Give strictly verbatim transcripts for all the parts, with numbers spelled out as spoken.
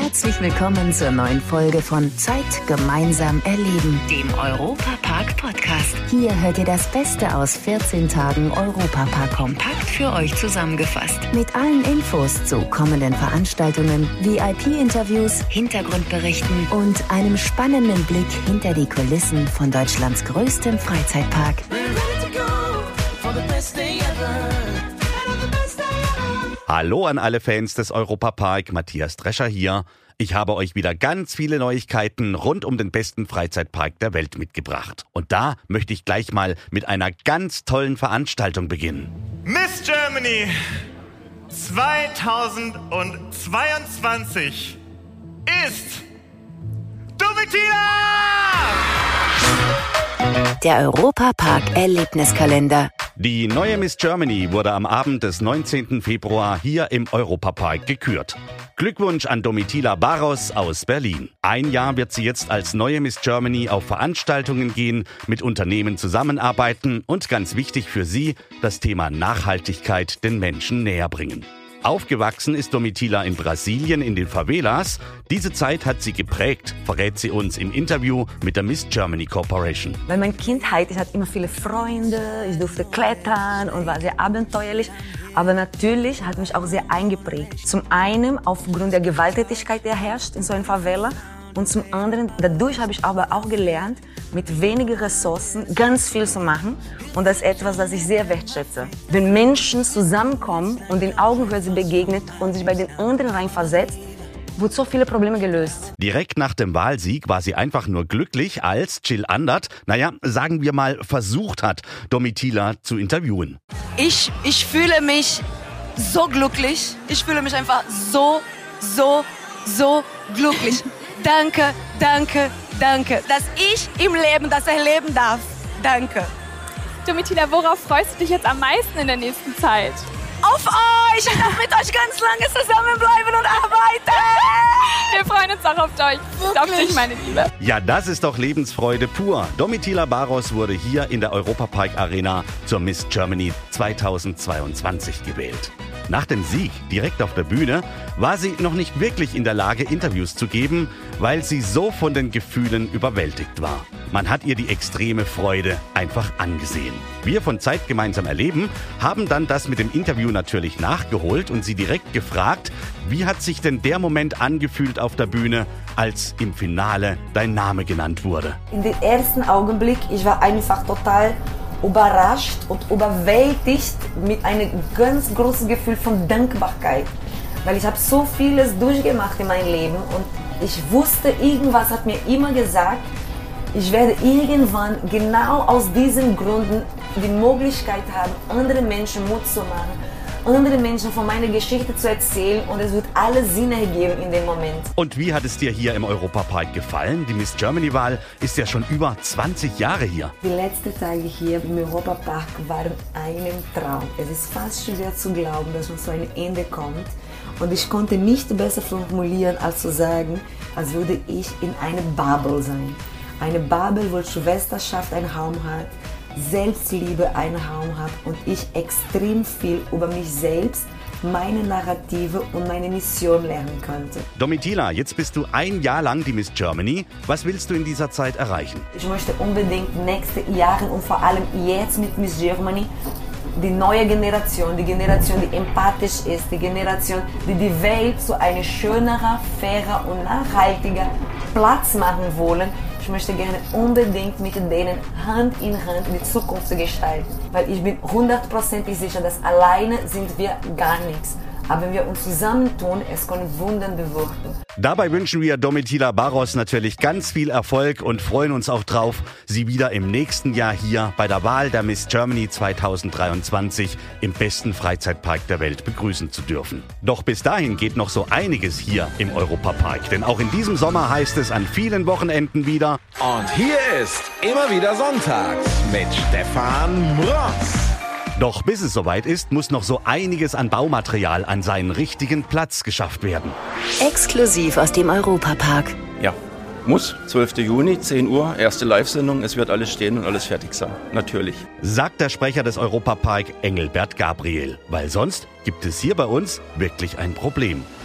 Herzlich willkommen zur neuen Folge von Zeit gemeinsam erleben, dem Europa-Park-Podcast. Hier hört ihr das Beste aus vierzehn Tagen Europa-Park kompakt für euch zusammengefasst. Mit allen Infos zu kommenden Veranstaltungen, V I P-Interviews, Hintergrundberichten und einem spannenden Blick hinter die Kulissen von Deutschlands größtem Freizeitpark. Hallo an alle Fans des Europa-Park, Matthias Drescher hier. Ich habe euch wieder ganz viele Neuigkeiten rund um den besten Freizeitpark der Welt mitgebracht. Und da möchte ich gleich mal mit einer ganz tollen Veranstaltung beginnen. Miss Germany zweitausendzweiundzwanzig ist Domitila! Der Europa-Park-Erlebniskalender. Die neue Miss Germany wurde am Abend des neunzehnten Februar hier im Europa-Park gekürt. Glückwunsch an Domitila Barros aus Berlin. Ein Jahr wird sie jetzt als neue Miss Germany auf Veranstaltungen gehen, mit Unternehmen zusammenarbeiten und ganz wichtig für sie, das Thema Nachhaltigkeit den Menschen näher bringen. Aufgewachsen ist Domitila in Brasilien in den Favelas. Diese Zeit hat sie geprägt, verrät sie uns im Interview mit der Miss Germany Corporation. Weil meine Kindheit, ich hatte immer viele Freunde, ich durfte klettern und war sehr abenteuerlich. Aber natürlich hat mich auch sehr eingeprägt. Zum einen aufgrund der Gewalttätigkeit, die herrscht in so einer Favela. Und zum anderen, dadurch habe ich aber auch gelernt, mit wenigen Ressourcen ganz viel zu machen. Und das ist etwas, das ich sehr wertschätze. Wenn Menschen zusammenkommen und in Augenhöhe sie begegnet und sich bei den anderen reinversetzt, wurden so viele Probleme gelöst. Direkt nach dem Wahlsieg war sie einfach nur glücklich, als Jill Andert, naja, sagen wir mal, versucht hat, Domitila zu interviewen. Ich, ich fühle mich so glücklich. Ich fühle mich einfach so, so, so glücklich. Danke, danke, danke, dass ich im Leben das erleben darf. Danke. Domitila, worauf freust du dich jetzt am meisten in der nächsten Zeit? Auf euch! Ich darf mit euch ganz lange zusammenbleiben und arbeiten! Wir freuen uns auch auf euch. Auf dich, meine Liebe. Ja, das ist doch Lebensfreude pur. Domitila Barros wurde hier in der Europa-Park Arena zur Miss Germany zweitausendzweiundzwanzig gewählt. Nach dem Sieg, direkt auf der Bühne, war sie noch nicht wirklich in der Lage, Interviews zu geben, weil sie so von den Gefühlen überwältigt war. Man hat ihr die extreme Freude einfach angesehen. Wir von Zeit gemeinsam erleben haben dann das mit dem Interview natürlich nachgeholt und sie direkt gefragt, wie hat sich denn der Moment angefühlt auf der Bühne, als im Finale dein Name genannt wurde? In dem ersten Augenblick, ich war einfach total überrascht und überwältigt mit einem ganz großen Gefühl von Dankbarkeit. Weil ich habe so vieles durchgemacht in meinem Leben und ich wusste, irgendwas hat mir immer gesagt, ich werde irgendwann genau aus diesen Gründen die Möglichkeit haben, andere Menschen Mut zu machen, andere Menschen von meiner Geschichte zu erzählen und es wird alles Sinn ergeben in dem Moment. Und wie hat es dir hier im Europa-Park gefallen? Die Miss Germany-Wahl ist ja schon über zwanzig Jahre hier. Die letzten Tage hier im Europa-Park waren ein Traum. Es ist fast schwer zu glauben, dass man zu einem Ende kommt. Und ich konnte nicht besser formulieren, als zu sagen, als würde ich in einer Bubble sein. Eine Bubble, wo Schwesterschaft einen Raum hat, Selbstliebe einen Raum hat und ich extrem viel über mich selbst, meine Narrative und meine Mission lernen könnte. Domitila, jetzt bist du ein Jahr lang die Miss Germany. Was willst du in dieser Zeit erreichen? Ich möchte unbedingt nächste Jahre und vor allem jetzt mit Miss Germany die neue Generation, die Generation, die empathisch ist, die Generation, die die Welt zu einem schöneren, fairer und nachhaltiger Platz machen wollen. Ich möchte gerne unbedingt mit denen Hand in Hand die Zukunft gestalten. Weil ich bin hundertprozentig sicher, dass alleine sind wir gar nichts. Aber wenn wir uns zusammentun, es können Wunder bewirken. Dabei wünschen wir Domitila Barros natürlich ganz viel Erfolg und freuen uns auch drauf, sie wieder im nächsten Jahr hier bei der Wahl der Miss Germany zweitausenddreiundzwanzig im besten Freizeitpark der Welt begrüßen zu dürfen. Doch bis dahin geht noch so einiges hier im Europa-Park, denn auch in diesem Sommer heißt es an vielen Wochenenden wieder: Und hier ist immer wieder Sonntags mit Stefan Brons. Doch bis es soweit ist, muss noch so einiges an Baumaterial an seinen richtigen Platz geschafft werden. Exklusiv aus dem Europa-Park. Ja, muss. zwölfter Juni, zehn Uhr, erste Live-Sendung. Es wird alles stehen und alles fertig sein. Natürlich. Sagt der Sprecher des Europa-Park Engelbert Gabriel. Weil sonst gibt es hier bei uns wirklich ein Problem.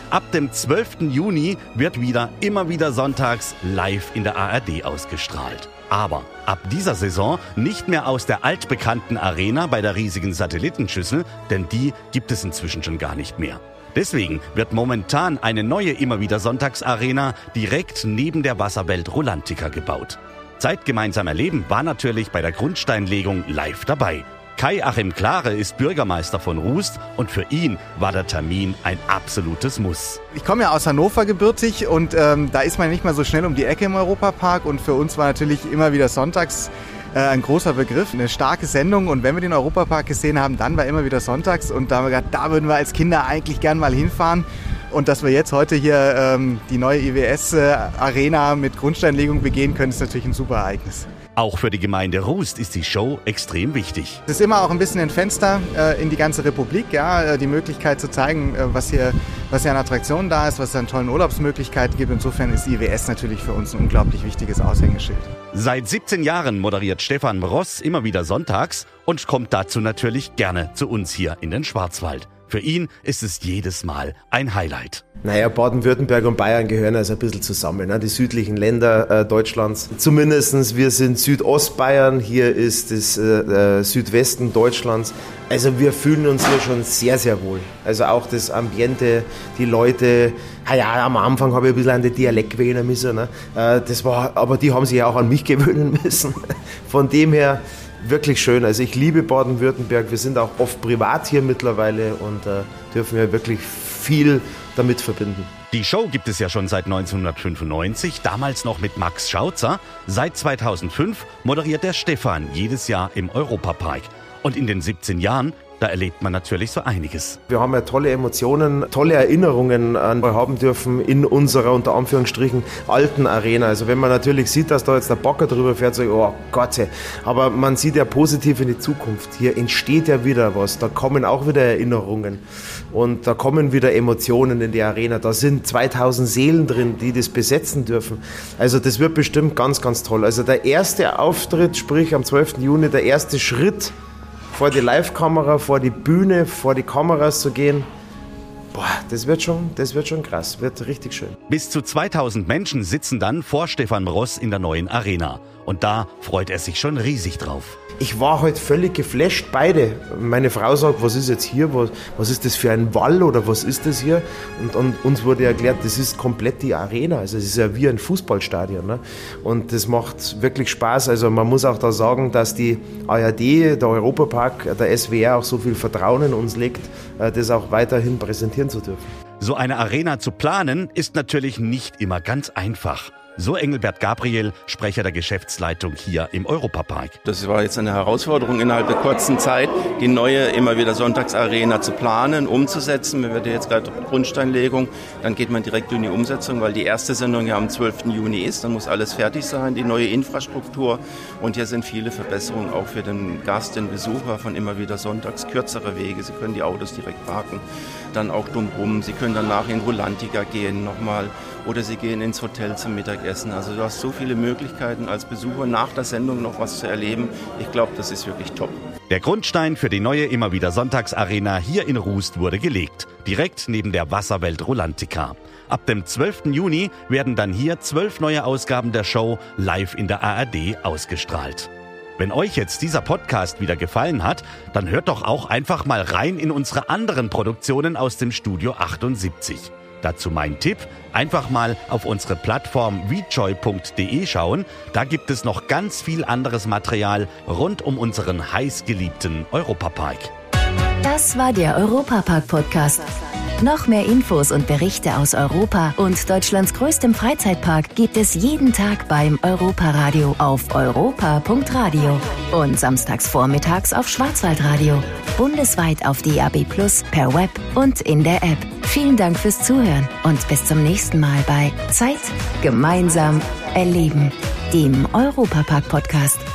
Ab dem zwölften Juni wird wieder immer wieder sonntags live in der A R D ausgestrahlt. Aber ab dieser Saison nicht mehr aus der altbekannten Arena bei der riesigen Satellitenschüssel, denn die gibt es inzwischen schon gar nicht mehr. Deswegen wird momentan eine neue immer wieder Sonntagsarena direkt neben der Wasserwelt Rulantica gebaut. Zeit gemeinsam erleben war natürlich bei der Grundsteinlegung live dabei. Kai-Achim Klare ist Bürgermeister von Rust und für ihn war der Termin ein absolutes Muss. Ich komme ja aus Hannover gebürtig und ähm, da ist man nicht mal so schnell um die Ecke im Europapark und für uns war natürlich immer wieder sonntags äh, ein großer Begriff, eine starke Sendung und wenn wir den Europapark gesehen haben, dann war immer wieder sonntags und da haben wir gedacht, da würden wir als Kinder eigentlich gern mal hinfahren. Und dass wir jetzt heute hier ähm, die neue I W S-Arena mit Grundsteinlegung begehen können, ist natürlich ein super Ereignis. Auch für die Gemeinde Rust ist die Show extrem wichtig. Es ist immer auch ein bisschen ein Fenster äh, in die ganze Republik, ja, die Möglichkeit zu zeigen, äh, was hier, was hier an Attraktionen da ist, was es an tollen Urlaubsmöglichkeiten gibt. Insofern ist I W S natürlich für uns ein unglaublich wichtiges Aushängeschild. Seit siebzehn Jahren moderiert Stefan Ross immer wieder sonntags und kommt dazu natürlich gerne zu uns hier in den Schwarzwald. Für ihn ist es jedes Mal ein Highlight. Naja, Baden-Württemberg und Bayern gehören also ein bisschen zusammen, ne? Die südlichen Länder äh, Deutschlands. Zumindestens wir sind Südostbayern, hier ist das äh, Südwesten Deutschlands. Also wir fühlen uns hier schon sehr, sehr wohl. Also auch das Ambiente, die Leute. Ah ja, am Anfang habe ich ein bisschen an den Dialekt gewöhnen müssen. Ne? Äh, das war, aber die haben sich ja auch an mich gewöhnen müssen. Von dem her wirklich schön. Also ich liebe Baden-Württemberg. Wir sind auch oft privat hier mittlerweile und äh, dürfen ja wirklich viel damit verbinden. Die Show gibt es ja schon seit neunzehnhundertfünfundneunzig, damals noch mit Max Schautzer. Seit zweitausendfünf moderiert der Stefan jedes Jahr im Europapark. Und in den siebzehn Jahren, da erlebt man natürlich so einiges. Wir haben ja tolle Emotionen, tolle Erinnerungen an haben dürfen in unserer, unter Anführungsstrichen, alten Arena. Also wenn man natürlich sieht, dass da jetzt der Bagger drüber fährt, so, oh Gott, aber man sieht ja positiv in die Zukunft. Hier entsteht ja wieder was, da kommen auch wieder Erinnerungen und da kommen wieder Emotionen in die Arena. Da sind zweitausend Seelen drin, die das besetzen dürfen. Also das wird bestimmt ganz, ganz toll. Also der erste Auftritt, sprich am zwölften Juni, der erste Schritt vor die Live-Kamera, vor die Bühne, vor die Kameras zu gehen, boah, das wird schon, das wird schon krass, wird richtig schön. Bis zu zweitausend Menschen sitzen dann vor Stefan Ross in der neuen Arena. Und da freut er sich schon riesig drauf. Ich war heute völlig geflasht, beide. Meine Frau sagt, was ist jetzt hier, was, was ist das für ein Wall oder was ist das hier? Und, und uns wurde erklärt, das ist komplett die Arena, also es ist ja wie ein Fußballstadion. Ne? Und das macht wirklich Spaß. Also man muss auch da sagen, dass die A R D, der Europapark, der S W R auch so viel Vertrauen in uns legt, das auch weiterhin präsentieren zu dürfen. So eine Arena zu planen, ist natürlich nicht immer ganz einfach. So Engelbert Gabriel, Sprecher der Geschäftsleitung hier im Europapark. Das war jetzt eine Herausforderung innerhalb der kurzen Zeit, die neue immer wieder Sonntagsarena zu planen, umzusetzen. Wir werden jetzt gerade Grundsteinlegung, dann geht man direkt in die Umsetzung, weil die erste Sendung ja am zwölften Juni ist. Dann muss alles fertig sein, die neue Infrastruktur. Und hier sind viele Verbesserungen auch für den Gast, den Besucher von immer wieder sonntags. Kürzere Wege, Sie können die Autos direkt parken, dann auch drumherum. Sie können danach in Rulantica gehen nochmal oder Sie gehen ins Hotel zum Mittagessen. Also du hast so viele Möglichkeiten als Besucher nach der Sendung noch was zu erleben. Ich glaube, das ist wirklich top. Der Grundstein für die neue immer wieder Sonntagsarena hier in Rust wurde gelegt. Direkt neben der Wasserwelt Rulantica. Ab dem zwölften Juni werden dann hier zwölf neue Ausgaben der Show live in der A R D ausgestrahlt. Wenn euch jetzt dieser Podcast wieder gefallen hat, dann hört doch auch einfach mal rein in unsere anderen Produktionen aus dem Studio achtundsiebzig. Dazu mein Tipp, einfach mal auf unsere Plattform wejoy punkt de schauen. Da gibt es noch ganz viel anderes Material rund um unseren heißgeliebten Europapark. Das war der Europapark-Podcast. Noch mehr Infos und Berichte aus Europa und Deutschlands größtem Freizeitpark gibt es jeden Tag beim Europaradio auf europa punkt radio und samstags vormittags auf Schwarzwaldradio. Bundesweit auf D A B plus, per Web und in der App. Vielen Dank fürs Zuhören und bis zum nächsten Mal bei Zeit gemeinsam erleben, dem Europapark-Podcast.